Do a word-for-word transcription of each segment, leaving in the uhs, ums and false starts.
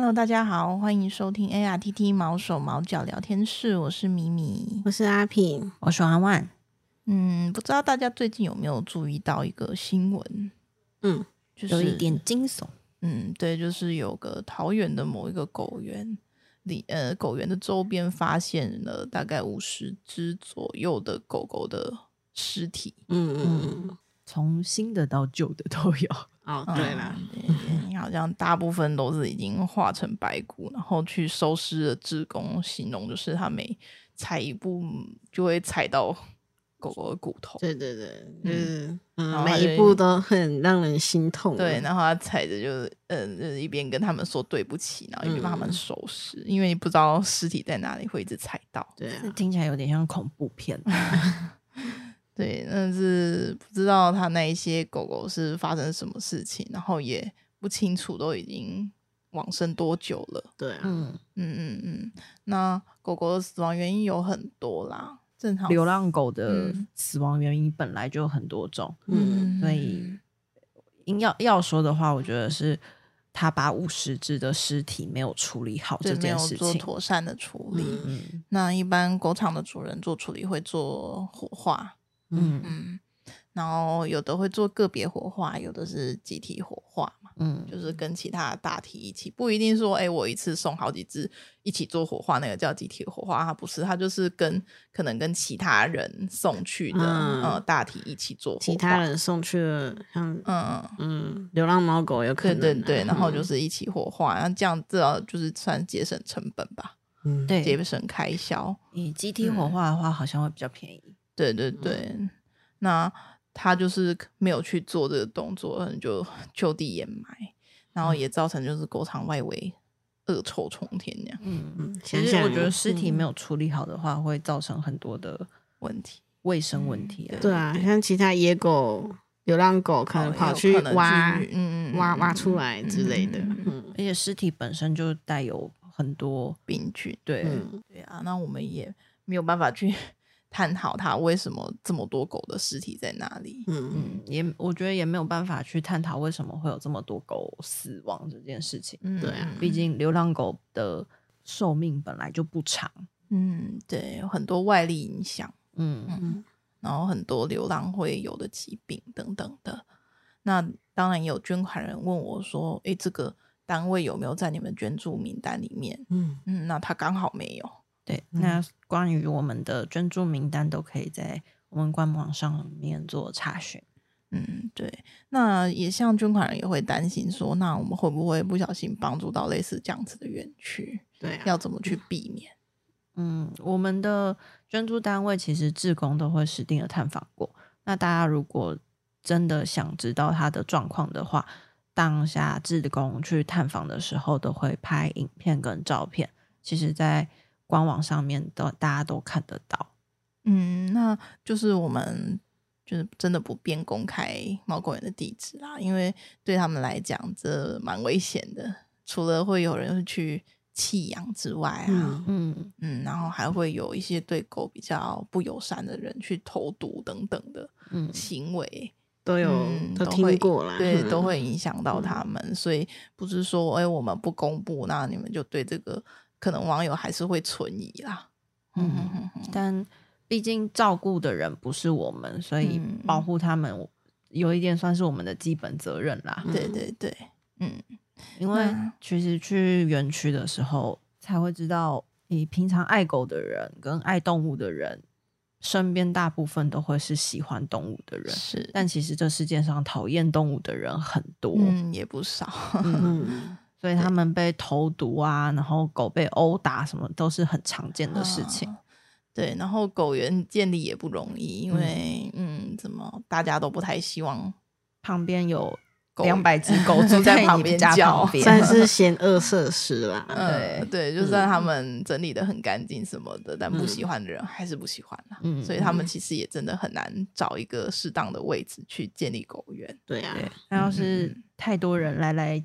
Hello， 大家好，欢迎收听 A R T T 毛手毛脚聊天室，我是米米， 我是阿平， 我是阿万。 嗯，不知道大家最近有没有注意到一个新闻？ 嗯， 就是有一点惊悚。 嗯，对，就是有个桃园的某一个狗园里，呃，狗园的周边发现了大概五十只左右的狗狗的尸体。 嗯嗯嗯， 从新的到旧的都有。 哦，对啦， 嗯对对好像大部分都是已经化成白骨，然后去收尸的志工形容就是他每踩一步就会踩到狗狗的骨头。 对对对，就是嗯， 然后每一步都很让人心痛。 对，然后他踩着就是嗯，就是一边跟他们说对不起，然后一边帮他们收拾，因为你不知道尸体在哪里会一直踩到。 对啊， 听起来有点像恐怖片。 对，但是不知道他那一些狗狗是发生什么事情，然后也不清楚都已经往生多久了。 对啊， 嗯， 嗯嗯嗯，那狗狗的死亡原因有很多啦，正常流浪狗的嗯死亡原因本来就很多种， 嗯所以硬要要说的话，我觉得是他把五十只的尸体没有处理好这对，没有做件事情。 妥善的处理。 嗯嗯那一般狗场的主人做处理会做火化， 嗯嗯，然后有的会做个别火化，有的是集体火化嘛， 嗯， 就是跟其他的大体一起，不一定说，哎、我一次送好几只一起做火化，那个叫集体火化，它不是，它就是跟可能跟其他人送去的， 嗯呃，大体一起做火化， 其他人送去了，像嗯。 嗯，流浪猫狗有可对能啊， 对对，然后就嗯是一起火化，那这样至少就是算节省成本吧， 嗯， 对， 节省开销。 以集体火化的话，好像会比较便宜。 对对对，那他就是没有去做这个动作，可能就就地掩埋，然后也造成就是狗场外围恶臭冲天这样嗯嗯， 其想想实我觉得尸体没有处理好的话，会造成很多的问题。 卫生问题啊。 对啊，像其他野狗、流浪狗可能哦跑去也有可能挖去嗯嗯嗯挖挖嗯出来之类的， 嗯嗯嗯而且尸体本身就带有很多病菌， 对、 嗯对啊，那我们也没有办法去探讨它为什么这么多狗的尸体在哪里。 嗯嗯，也我觉得也没有办法去探讨为什么会有这么多狗死亡这件事情。 嗯， 对啊毕竟流浪狗的寿命本来就不长。 嗯，对，有很多外力影响。 嗯嗯然后很多流浪会有的疾病等等的。那当然也有捐款人问我说：“诶，这个单位有没有在你们捐助名单里面嗯？” 嗯，那他刚好没有。 对，那关于我们的捐助名单都可以在我们官网上面做查询。 嗯，对。那也像捐款人也会担心说，那我们会不会不小心帮助到类似这样子的园区？ 对啊， 要怎么去避免？ 嗯，我们的捐助单位其实志工都会实地的探访过。那大家如果真的想知道他的状况的话，当下志工去探访的时候都会拍影片跟照片，其实在官网上面都大家都看得到。 嗯，那就是我们就是真的不便公开猫公园的地址啦，因为对他们来讲这蛮危险的。除了会有人去弃养之外啊， 嗯嗯嗯，然后还会有一些对狗比较不友善的人去投毒等等的嗯行为， 都有都嗯都会听过啦， 对， 嗯都会影响到他们，所以不是说哎我们不公布，那你们就对这个可能网友还是会存疑啦。嗯哼哼哼但毕竟照顾的人不是我们，所以嗯保护他们有一点算是我们的基本责任啦。 对对对，嗯因为那其实去园区的时候才会知道，你平常爱狗的人跟爱动物的人，身边大部分都会是喜欢动物的人， 是， 但其实这世界上讨厌动物的人很多， 嗯也不少， 嗯嗯所以他们被投毒啊，然后狗被殴打，什么都是很常见的事情。 啊对，然后狗园建立也不容易，因为嗯怎么大家都不太希望旁边有狗两百只狗住在旁在你家边叫旁边， 算是险恶设施啦， 呃对，就算他们整理的很干净什么的，但不嗯喜欢的人还是不喜欢啦。 嗯所以他们其实也真的很难找一个适当的位置去建立狗园。 对啊， 对，那要是太多人来来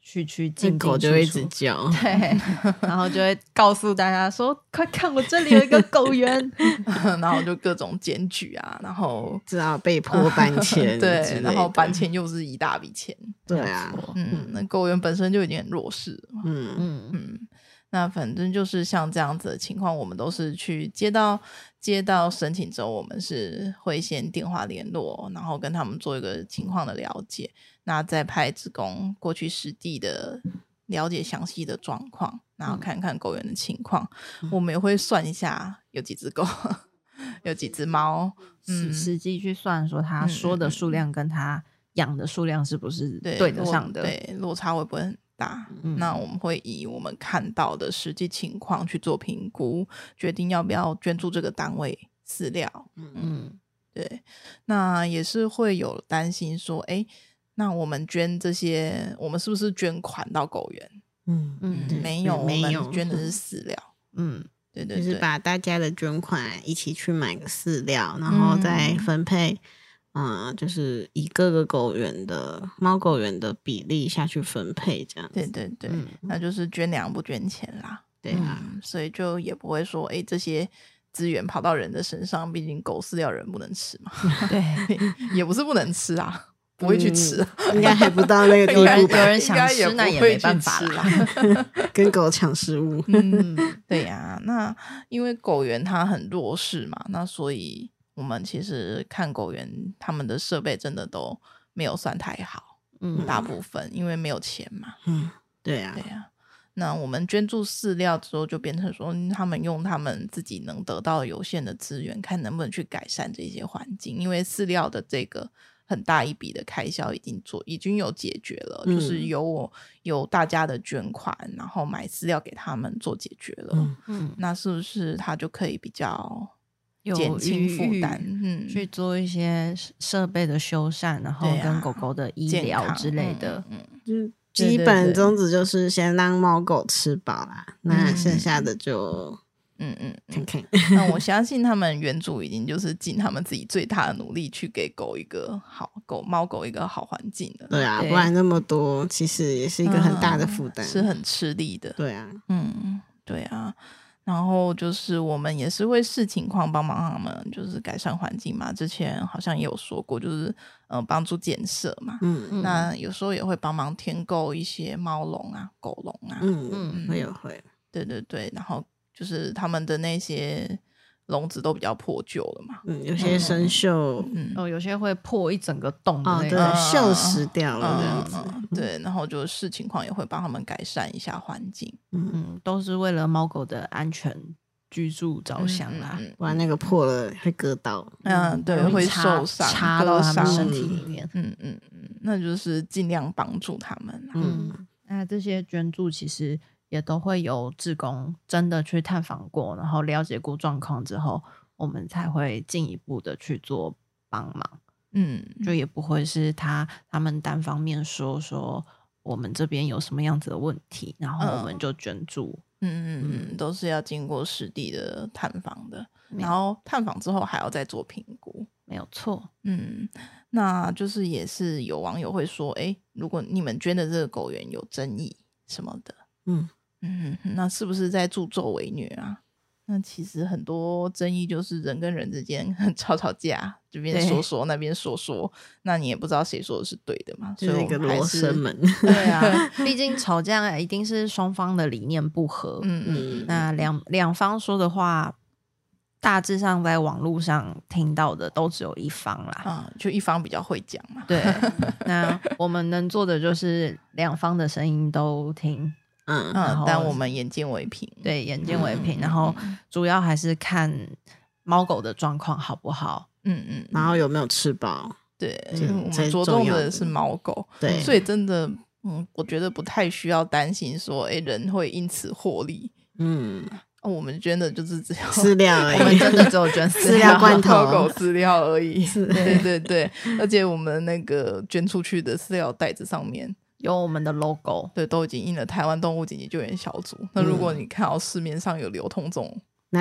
去去进进狗就会一直叫， 对，然后就会告诉大家说：“快看，我这里有一个狗园。” 然后就各种检举啊，然后只好被迫搬迁之类的， 对，然后搬迁又是一大笔钱， 对啊， 嗯，那狗园本身就已经很弱势了嘛， 嗯嗯嗯，那反正就是像这样子的情况，我们都是去接到接到申请之后，我们是会先电话联络，然后跟他们做一个情况的了解，那再派志工过去实地的了解详细的状况，然后看看狗园的情况， 嗯我们也会算一下有几只狗，有几只猫， 实嗯， 实际去算说他说的数量跟他养的数量是不是对对得上的？ 落对，落差会不会很大？ 嗯那我们会以我们看到的实际情况去做评估，决定要不要捐助这个单位饲料。 嗯对，那也是会有担心说，哎，那我们捐这些，我们是不是捐款到狗园？ 嗯嗯对没有，我没有们捐的是饲料。 嗯对对对， 就是把大家的捐款一起去买个饲料，然后再分配，嗯、呃，就是以各个狗园的猫狗园的比例下去分配，这样子。 对对对， 嗯那就是捐粮不捐钱啦。 对啊， 嗯，所以就也不会说，哎，这些资源跑到人的身上，毕竟狗饲料人不能吃嘛， 对， 也不是不能吃啊，不会去吃啊， 应该还不到那个地有人步吧？ 有人想应该也吃，那也不会去没办法吃啦。 啦。 跟狗抢食物。 嗯，对呀、那因为狗园它很弱势嘛，那所以我们其实看狗园他们的设备真的都没有算太好， 嗯大部分因为没有钱嘛。 嗯，对啊对，呀、那我们捐助饲料之后，就变成说，嗯他们用他们自己能得到有限的资源，看能不能去改善这些环境。因为饲料的这个很大一笔的开销已经做已经有解决了， 嗯就是由我有大家的捐款，然后买饲料给他们做解决了。 嗯嗯， 那是不是它就可以比较有减轻余裕负担？嗯， 去做一些设备的修缮，然后对啊跟狗狗的医健康疗之类的。 嗯嗯嗯就是对对基本对宗旨就是先让猫狗吃饱啦，那剩下的就嗯嗯嗯。 看看。 那我相信他们原主已经就是尽他们自己最大的努力去给狗一个好狗猫狗一个好环境了。 对啊， 对不然那么多，其实也是一个很大的负担。 嗯是很吃力的。 对啊， 嗯，对啊。然后就是我们也是会视情况帮忙他们，就是改善环境嘛。之前好像也有说过，就是呃帮助建设嘛。 嗯嗯那有时候也会帮忙添购一些猫笼啊、狗笼啊。 嗯嗯嗯，会有会。 对对对，然后就是他们的那些笼子都比较破旧了嘛。 嗯，有些生锈， 嗯， 哦，有些会破一整个洞的哦，对， 那个。 嗯锈蚀掉了这样子。 嗯嗯对，然后就视情况也会帮他们改善一下环境。 嗯， 嗯，都是为了猫狗的安全居住着想啦。 嗯不然那个破了会割到。 嗯，对，会容易插受伤、 插到割伤他们身体里面。 嗯嗯嗯，那就是尽量帮助他们啊。 嗯嗯，那这些捐助其实也都会有志工真的去探访过，然后了解过状况之后，我们才会进一步的去做帮忙。 嗯， 就也不会是他他们单方面说说我们这边有什么样子的问题，然后我们就捐助。 嗯嗯嗯，都是要经过实地的探访的， 没有然后探访之后还要再做评估。 没有错。 嗯，那就是也是有网友会说，哎，如果你们捐的这个狗园有争议什么的， 嗯嗯，那是不是在助纣为虐啊？那其实很多争议就是人跟人之间吵吵架，这边对说说那边说说，那你也不知道谁说的是对的嘛，所以我就是一个罗们还是生门。 对啊，毕竟吵架一定是双方的理念不合。 嗯嗯嗯， 那两两方说的话，大致上在网络上听到的都只有一方啦。 啊，就一方比较会讲嘛。 对，那我们能做的就是两方的声音都听， 嗯然后， 嗯但我们眼见为凭。 对，眼见为凭， 嗯然后主要还是看猫狗的状况好不好。 嗯嗯， 然后有没有吃饱？ 对， 嗯最我们着重要的重的是猫狗， 对， 所以真的，嗯，我觉得不太需要担心说，哎，人会因此获利。 嗯， 哦我们捐的就是只有饲料而我们已。 真的只有捐饲料罐头猫狗饲料而已。对对对，而且我们那个捐出去的饲料袋子上面， 有我们的 logo。 对，都已经印了台湾动物紧急救援小组。那如果你看到市面上有流通这种那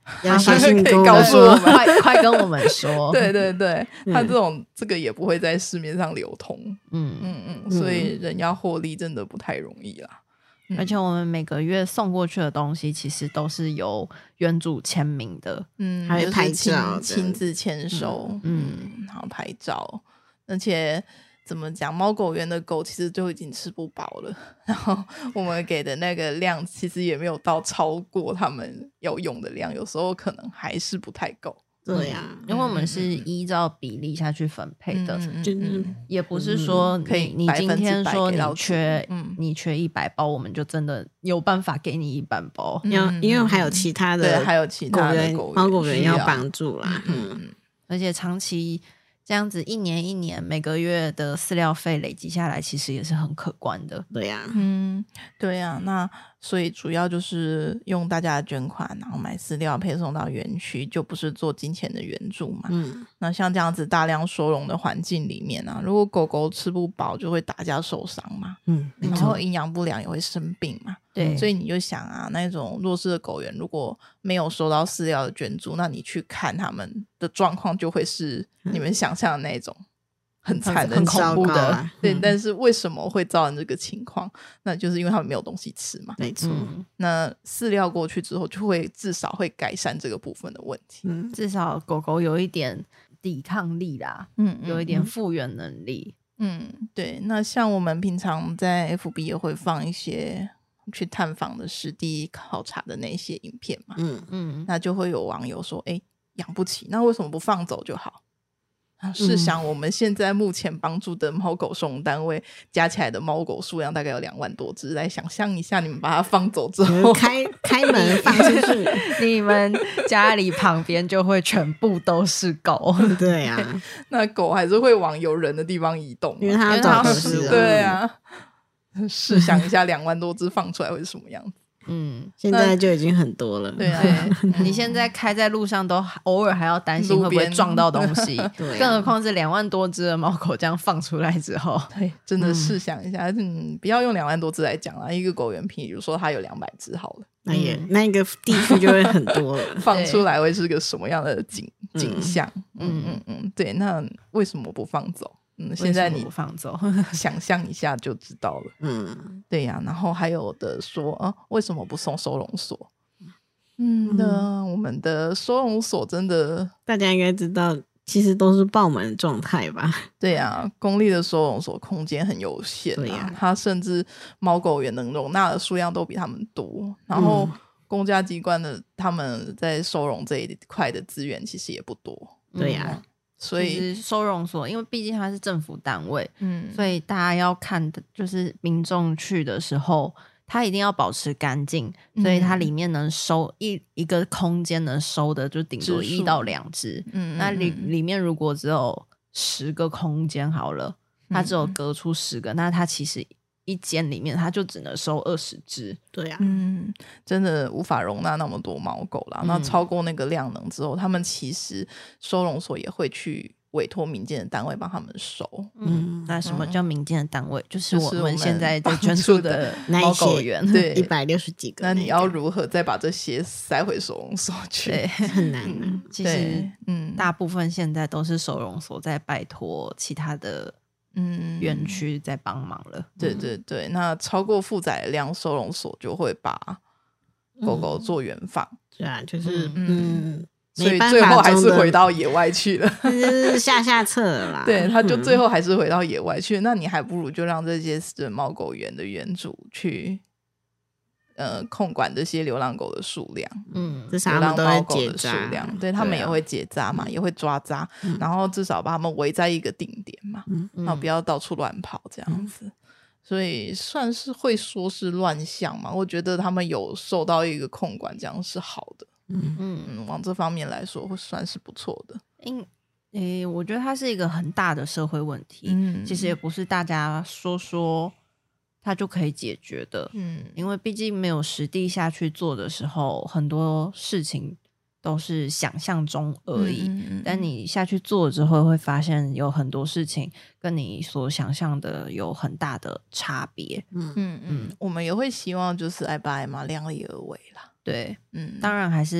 要写信可以跟告诉我们快快跟我们说。 对对对， 嗯它这种这个也不会在市面上流通， 嗯， 嗯嗯，所以人要获利真的不太容易啦。嗯而且我们每个月送过去的东西，其实都是由原主签名的。 嗯， 还会拍就是亲照的亲自签收， 嗯嗯，然后拍照，而且怎么讲，猫狗园的狗其实就已经吃不饱了，然后我们给的那个量其实也没有到超过他们要用的量，有时候可能还是不太够。 对呀、 因为我们是依照比例下去分配的， 嗯嗯就是嗯也不是说你、 可以你今百分之天说百给到你缺、 嗯你缺一百包，我们就真的有办法给你一百包。 嗯因为因为还有其他的对，还有其他的狗园狗猫狗园要需要帮助啦，嗯， 嗯而且长期这样子一年一年每个月的饲料费累积下来，其实也是很可观的。 对呀、 嗯，对呀、那所以主要就是用大家的捐款，然后买饲料配送到园区，就不是做金钱的援助嘛。 嗯， 那像这样子大量收容的环境里面啊，如果狗狗吃不饱，就会打架受伤嘛， 嗯，没然后错， 营养不良也会生病嘛。 对，以所以你就想啊，那种弱势的狗园如果没有收到饲料的捐助，那你去看他们的状况，就会是你们想象的那种很惨的很情恐怖的糟糕啊对， 嗯但是为什么会造成这个情况？那就是因为他们没有东西吃嘛。 没错， 嗯， 那饲料过去之后，就会至少会改善这个部分的问题。 嗯， 至少狗狗有一点抵抗力啦， 嗯有一点复原能力。 嗯，对。那像我们平常在 F B 也会放一些去探访的实地考察的那些影片嘛， 嗯， 嗯， 那就会有网友说：“哎，养不起，那为什么不放走就好？”啊试想，我们现在目前帮助的猫狗收容单位加起来的猫狗数量大概有两万多只，来想象一下，你们把它放走之后， 开开门放出去， 你们家里旁边就会全部都是狗。 对呀、 那狗还是会往有人的地方移动嘛， 因为它要因为它要找合食物适的， 对啊。试想一下，两万多只放出来会是什么样子？ 嗯， 现在就已经很多了， 对啊， 对，你现在开在路上都偶尔还要担心会不会路边撞到东西， 对啊更何况是两万多只的猫狗这样放出来之后， 对，真的试想一下，嗯，不要用两万多只来讲啦，一个狗园，比如说它有两百只好了， 那也、 嗯那个地区就会很多了， 放出来会是个什么样的景景象？嗯嗯嗯嗯，对，那为什么不放走？嗯，现在你为什么不放走， 想象一下就知道了。 嗯， 对呀、然后还有的说啊，为什么不送收容所？嗯，那我们的收容所真的， 大家应该知道，其实都是爆满的状态吧？ 对呀、公立的收容所空间很有限啊， 对呀它甚至猫狗园能容纳的数量都比他们多，然后嗯公家机关的他们在收容这一块的资源其实也不多， 对呀、 所以其实收容所，因为毕竟它是政府单位， 嗯， 所以大家要看的就是民众去的时候，它一定要保持干净，所以它里面能收一一个空间能收的就顶多只数一到两只。 嗯， 那里嗯里面如果只有十个空间好了，它只有隔出十个，那它其实一间里面它就只能收二十只。 对呀、 嗯，真的无法容纳那么多猫狗啦。 嗯那超过那个量能之后，他们其实收容所也会去委托民间的单位帮他们收。 嗯，那什么叫民间的单位？就是我就是我们们现在在帮捐助的助的那一猫狗些园。 对一百六十几个、个那你要如何再把这些塞回收容所去？ 对， 很难、啊。 嗯， 其实对嗯大部分现在都是收容所在拜托其他的嗯园区在帮忙了。 对对对，那超过负载的量，收容所就会把狗狗做原放， 对啊，就是嗯嗯， 所以没办最后还是法中的回到野外去了。 就是下下策了啦。 对，他就嗯最后还是回到野外去了。那你还不如就让这些的猫狗园的园主去，呃，控管这些流浪狗的数量， 嗯， 至少流浪他们都会猫狗的数结扎， 量，对他们对啊也会结扎嘛，也会抓扎， 嗯然后至少把他们围在一个定点嘛， 嗯然后不要到处乱跑这样子。所以算是会说是乱象嘛，我觉得他们有受到一个控管，这样是好的。 嗯嗯， 嗯，往这方面来说，会算是不错的。 因诶，我觉得它是一个很大的社会问题， 嗯其实也不是大家说说它就可以解决的， 嗯因为毕竟没有实地下去做的时候，很多事情都是想象中而已。 嗯嗯但你下去做之后，会发现有很多事情跟你所想象的有很大的差别。 嗯嗯嗯，我们也会希望就是爱爸爱妈量力而为啦。 对， 嗯， 当然还是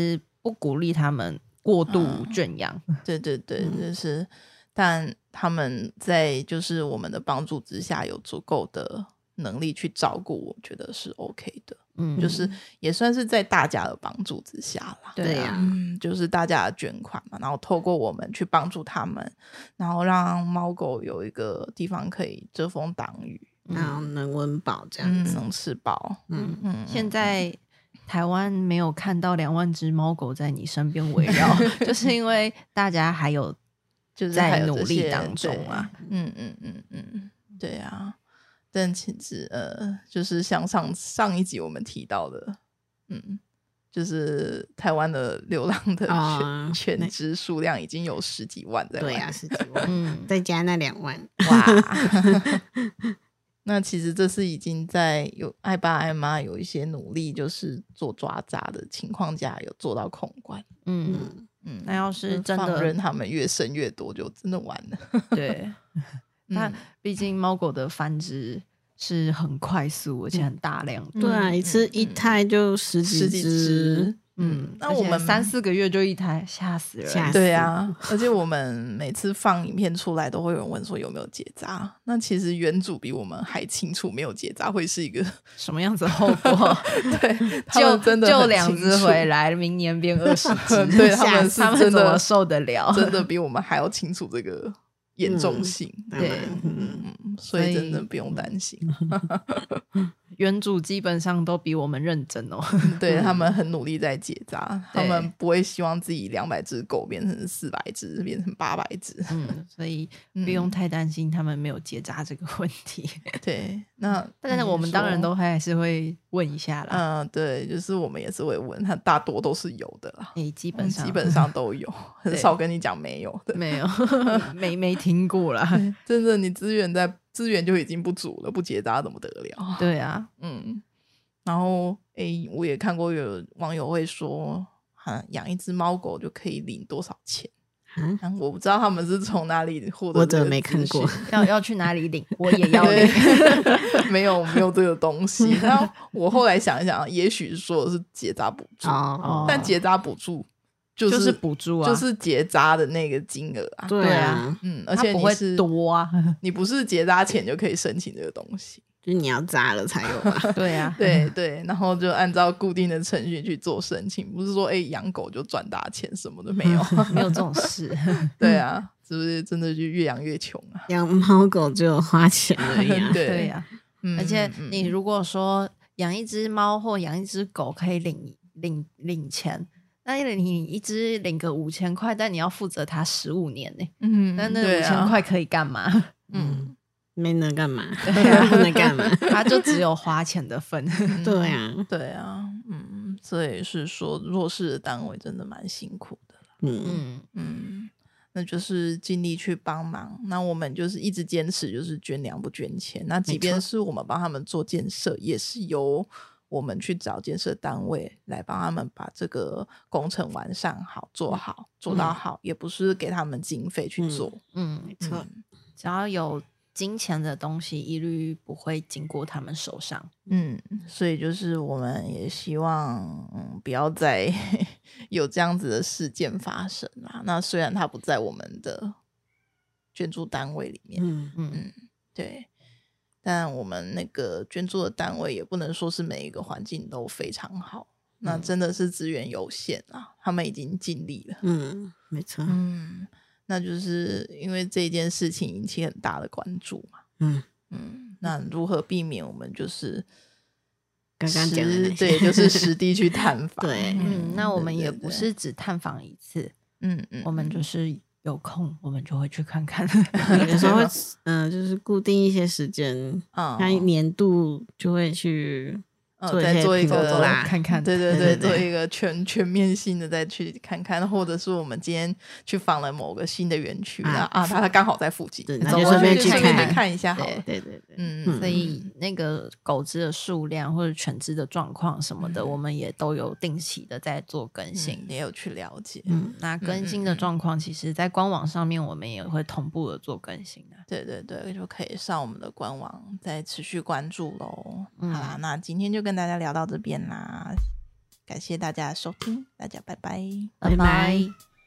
不鼓励他们过度圈养。 嗯、对对对，嗯、就是但他们在就是我们的帮助之下有足够的能力去照顾，我觉得是 OK 的。嗯，就是也算是在大家的帮助之下啦。 对呀、啊， 嗯，就是大家的捐款嘛，然后透过我们去帮助他们，然后让猫狗有一个地方可以遮风挡雨， 然后能温饱这样子， 嗯、能吃饱。嗯嗯， 现在台湾没有看到两万只猫狗在你身边围绕，就是因为大家还有就是在努力当中啊。 嗯嗯嗯嗯，对啊。但其实呃，就是像上上一集我们提到的，嗯，就是台湾的流浪的犬、哦、犬只数量已经有十几万在外面， 对啊，十几万，嗯，再加那两万， 哇！那其实这是已经在有爱爸爱妈有一些努力，就是做抓扎的情况下有做到控管， 嗯嗯嗯，那要是真的放任他们越生越多，就真的完了。 对。它毕竟猫狗的繁殖是很快速而且很大量的、 嗯、对啊，一次一胎就十几只， 嗯，那我们三四个月就一胎，吓死人。 吓死对啊，而且我们每次放影片出来都会有人问说有没有结扎，那其实原主比我们还清楚没有结扎会是一个什么样子的后果。 对，他们真的就两只回来，明年变二十只， 对，他们是真的他们怎么受得了？ 真的比我们还要清楚这个严重性、 嗯、对、 嗯，所以真的不用担心。 原主基本上都比我们认真哦， 对，他们很努力在结扎，他们不会希望自己两百只狗变成四百只，变成八百只。 嗯，所以不用太担心他们没有结扎这个问题。 对，那但是我们当然都还是会问一下啦。 嗯，对，就是我们也是会问，他大多都是有的啦， 欸、基本上、 嗯、基本上都有，很少跟你讲没有的， 没有，没没听过啦。 真的，你资源在资源就已经不足了，不结扎怎么得了？ 对啊， 嗯，然后诶，我也看过有网友会说，哈，养一只猫狗就可以领多少钱？嗯，我不知道他们是从哪里获得， 我怎么没看过？ 要要去哪里领？我也要领。 没有没有这个东西。然后我后来想一想，也许说的是结扎补助，哦、但结扎补助就是就是补助啊， 就是结扎的那个金额啊。 对啊， 嗯，而且你是不会多啊， 你不是结扎前就可以申请这个东西。 就是你要扎了才有吧？ 对啊， 对对，然后就按照固定的程序去做申请，不是说哎养狗就赚大钱什么的，没有没有这种事。 对啊，是不是真的就越养越穷啊？ 养猫狗只有花钱而已、啊。 对对呀、啊嗯，而且你如果说养一只猫或养一只狗可以领领领钱，那你一只领个五千块，但你要负责它十五年呢、欸。嗯，那那五千块可以干嘛？ 嗯。没能干嘛？不能干嘛？ 他就只有花钱的份。 对啊， 对啊，嗯，所以是说弱势的单位真的蛮辛苦的。 嗯嗯嗯，那就是尽力去帮忙。那我们就是一直坚持，就是捐粮不捐钱。那即便是我们帮他们做建设，也是由我们去找建设单位来帮他们把这个工程完善好、做好、做到好，嗯、也不是给他们经费去做。 嗯，没错，嗯、只要有金钱的东西一律不会经过他们手上。 嗯，所以就是我们也希望、嗯、不要再有这样子的事件发生啦。那虽然它不在我们的捐助单位里面，嗯嗯，对，但我们那个捐助的单位也不能说是每一个环境都非常好，那真的是资源有限啊，他们已经尽力了。 嗯，没错。 嗯，那就是因为这件事情引起很大的关注嘛。嗯嗯，那如何避免？我们就是刚刚讲的那些， 对，就是实地去探访。 对，嗯，那我们也不是只探访一次，嗯嗯，我们就是有空我们就会去看看。 有时候会，嗯、呃，就是固定一些时间，嗯，那年度就会去。 呃，再做一个看看， 对对 对, 对, 对，做一个全全面性的再去看看，或者是我们今天去访了某个新的园区啊，啊，他刚好在附近， 那就顺便去看看一下好了。 对对对， 嗯，所以那个狗只的数量或者犬只的状况什么的，我们也都有定期的在做更新， 也有去了解。 嗯，那更新的状况，其实在官网上面我们也会同步的做更新的。 对对对，就可以上我们的官网再持续关注喽。好啦，那今天就跟大家聊到这边啦， 感谢大家的收听，大家拜拜。 拜拜拜拜。